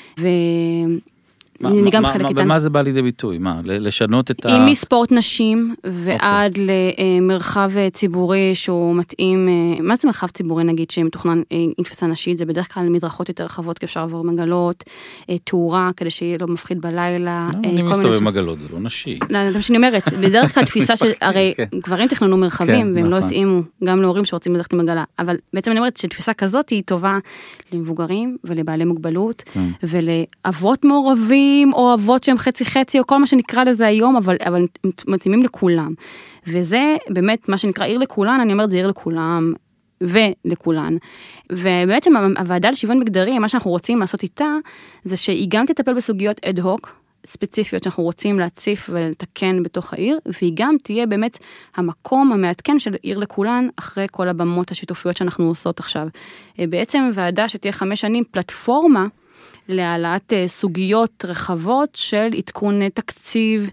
ואני גם חלק איתן. ומה זה בא לידי ביטוי? מה? לשנות את מספורט נשים ועד למרחב ציבורי שהוא מתאים, מה זה מרחב ציבורי נגיד שמתוכנן עם תפיסה נשית? זה בדרך כלל מדרכות יותר רחבות כאפשר לעבור מגלות, תאורה כדי שיהיה לא מפחיד בלילה. אני מסתובב מגלות, זה לא נשי. זה מה שאני אומרת, בדרך כלל תפיסה הרי גברים תכננו מרחבים והם לא התאימו גם להורים שרוצים לדרכת עם מגלה, אבל בעצם אני אומרת שתפיסה כזאת היא טובה למבוגרים ולבעלי מוגבלות ולאבות מעורבים או אבות שהם חצי-חצי, או כל מה שנקרא לזה היום, אבל מתאימים לכולם. וזה באמת מה שנקרא עיר לכולן, אני אומרת זה עיר לכולם ולכולן. ובעצם הוועדה לשוויון מגדרי, מה שאנחנו רוצים לעשות איתה, זה שהיא גם תטפל בסוגיות אד-הוק, ספציפיות שאנחנו רוצים להציף ולתקן בתוך העיר, והיא גם תהיה באמת המקום המעדכן של עיר לכולן, אחרי כל הבמות השיתופיות שאנחנו עושות עכשיו. בעצם ועדה שתהיה 5 שנים פלטפורמה, להעלאת סוגיות רחבות של עדכון תקציב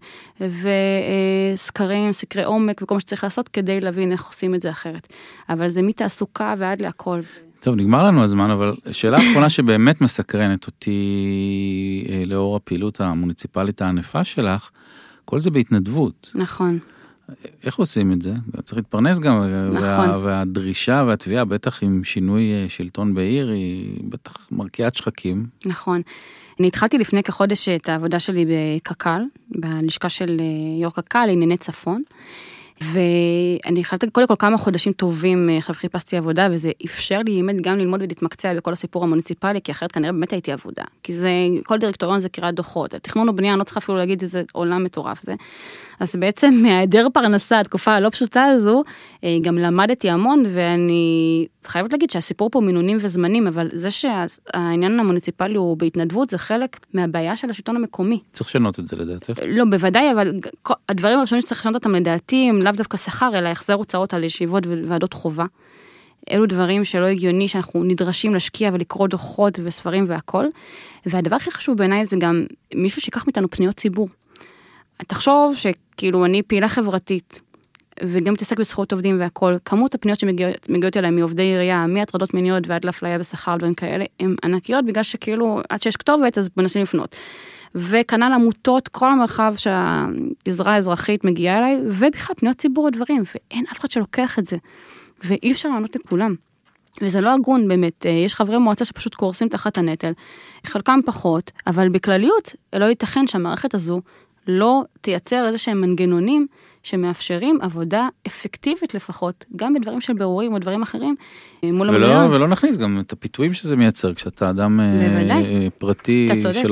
וסקרים, סקרי עומק וכל מה שצריך לעשות כדי להבין איך עושים את זה אחרת. אבל זה מתעסוקה ועד להכל. טוב, נגמר לנו הזמן, אבל שאלה האחרונה שבאמת מסקרנת אותי לאור הפעילות המוניציפלית הענפה שלך, כל זה בהתנדבות. נכון. איך עושים את זה? צריך להתפרנס גם, נכון. והדרישה והתביעה, בטח עם שינוי שלטון בעיר, היא בטח מרקיעת שחקים. נכון. אני התחלתי לפני כחודש את העבודה שלי בקק"ל, בלשכה של יו"ר קק"ל, לענייני צפון, ואני חייבת קודם כל כמה חודשים טובים, עכשיו חיפשתי עבודה, וזה אפשר לי באמת גם ללמוד ולהתמקצע בכל הסיפור המוניציפלי, כי אחרת כנראה באמת הייתי עבודה. כי זה, כל דירקטוריון זה קריאת דוחות. התכנון ובנייה, אני לא צריכה אפילו להגיד, זה עולם מטורף זה. אז בעצם מהיעדר פרנסה, התקופה הלא פשוטה הזו, גם למדתי המון, ואני חייבת להגיד שהסיפור פה מינונים וזמנים, אבל זה שהעניין המוניציפלי הוא בהתנדבות, זה חלק מהבעיה של השלטון המקומי. צריך לשנות את זה לדעתך? לא, בוודאי, אבל הדברים הראשונים שצריך לשנות אותם לדעתי, הם לאו דווקא שכר, אלא החזר הוצאות על ישיבות וועדות חובה. אלו דברים שלא הגיוני שאנחנו נדרשים להשקיע ולקרוא דוחות וספרים והכל. והדבר הכי חשוב בעיניי זה גם מישהו שיקח מאיתנו פניות ציבור. תחשוב שכאילו אני פעילה חברתית, וגם מתעסק בזכויות עובדים והכל, כמות הפניות שמגיעות אליי מעובדי עירייה, מהטרדות מיניות ועד לאפליה בשכר, דברים כאלה, הן ענקיות, בגלל שכאילו עד שיש כתובת, אז מנסים לפנות. וכנ"ל עמותות, כל המרחב שהגזרה האזרחית מגיעה אליי, ובכלל פניות ציבור ודברים, ואין אף אחד שלוקח את זה, ואי אפשר לענות לכולם. וזה לא הגון באמת, יש חברי מועצה שפשוט קורסים תחת הנטל, חלקם פחות, אבל בכלליות לא ייתכן שהמערכת הזו לא תייצר איזה שהם מנגנונים שמאפשרים עבודה אפקטיבית לפחות, גם בדברים של בירורים או דברים אחרים, מול המדינה. ולא נכניס גם את הפיתויים שזה מייצר, כשאתה אדם פרטי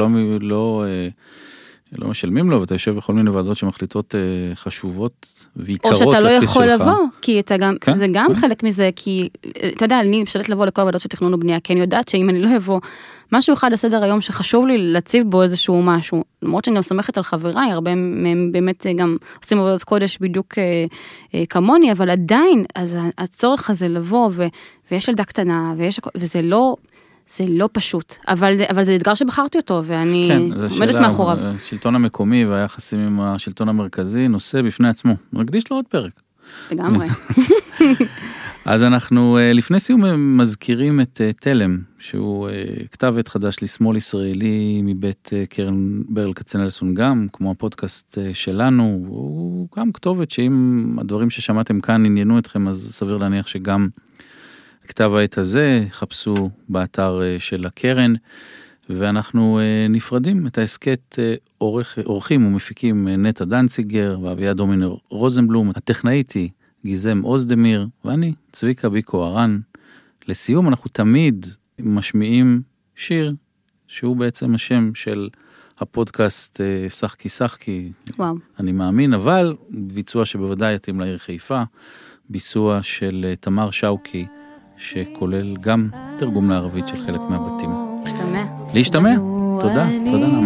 שלא משלמים לו, ואתה יושב בכל מיני ועדות שמחליטות חשובות ויקרות. או שאתה לא יכול לבוא, כי זה גם חלק מזה, כי אתה יודע, אני משתדלת לבוא לכל ועדות של תכנון ובנייה, כי אני יודעת שאם אני לא אבוא, משהו אחד לסדר היום שחשוב לי להציב בו איזשהו משהו, למרות שאני גם סומכת על חבריי, הרבה מהם באמת גם עושים עבודת קודש בדיוק כמוני, אבל עדיין, אז הצורך הזה לבוא, ויש ילדה קטנה, וזה לא פשוט, אבל זה אתגר שבחרתי אותו, ואני עומדת מאחוריו. השלטון המקומי והיחסים עם השלטון המרכזי נושא בפני עצמו. נקדיש לו עוד פרק. לגמרי. אז אנחנו לפני סיום מזכירים את תלם, שהוא כתב עת חדש לשמאל ישראלי מבית קרן ברל כצנלסון גם, כמו הפודקאסט שלנו, הוא גם כתובת שאם הדברים ששמעתם כאן עניינו אתכם, אז סביר להניח שגם כתב העת הזה, חפשו באתר של הקרן, ואנחנו נפרדים את העסקת עורכים ומפיקים נטע דנציגר ואביה דומינר רוזנבלום, הטכנאית היא גיזם אוזדמיר, ואני צביקה ביקו הרן. לסיום אנחנו תמיד משמיעים שיר, שהוא בעצם השם של הפודקאסט שחקי שחקי, וואו. אני מאמין, אבל ביצוע שבוודאי יתאים לעיר חיפה, ביצוע של תמר שאוקי, שכולל גם תרגום לערבית של חלק מהבתים. להשתמע. תודה נעמה.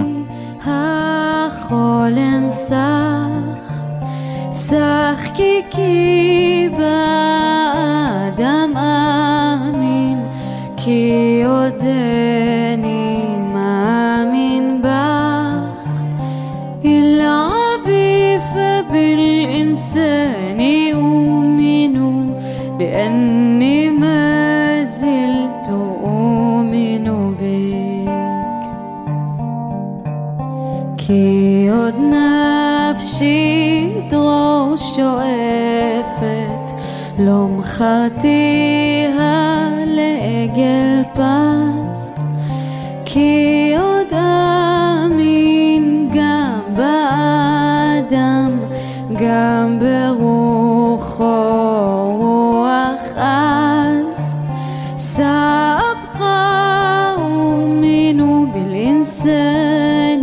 החולם שחקי באדם אמין, כי עודני מאמין בך, אלא بالإنسان أؤمن لأني ما زلت أؤمن بك כי עוד נפשי דרור שואפת לא מכרתיה לעגל פז כי עוד אמין גם באדם גם ברוחו רוח עז סבך أؤمن بالإنسان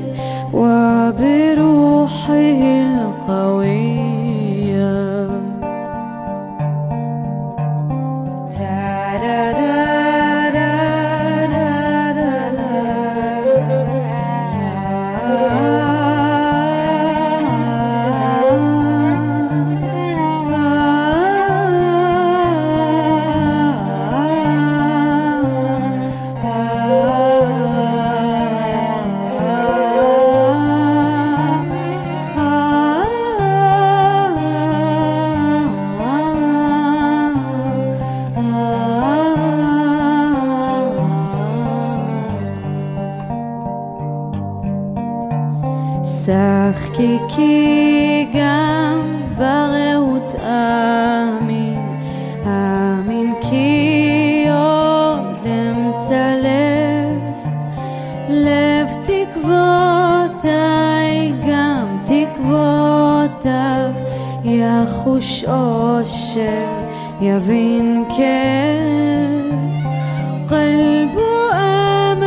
وبروحه القوية تا دا دا دا دا دا שחקיקי גם ברעות אמין, אמין כי עוד אמצע לב תקוותיי גם תקוותיו, יחוש אושר יבין כן, קלבו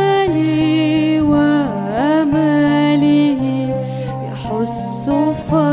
אמלי ואמלי יחוס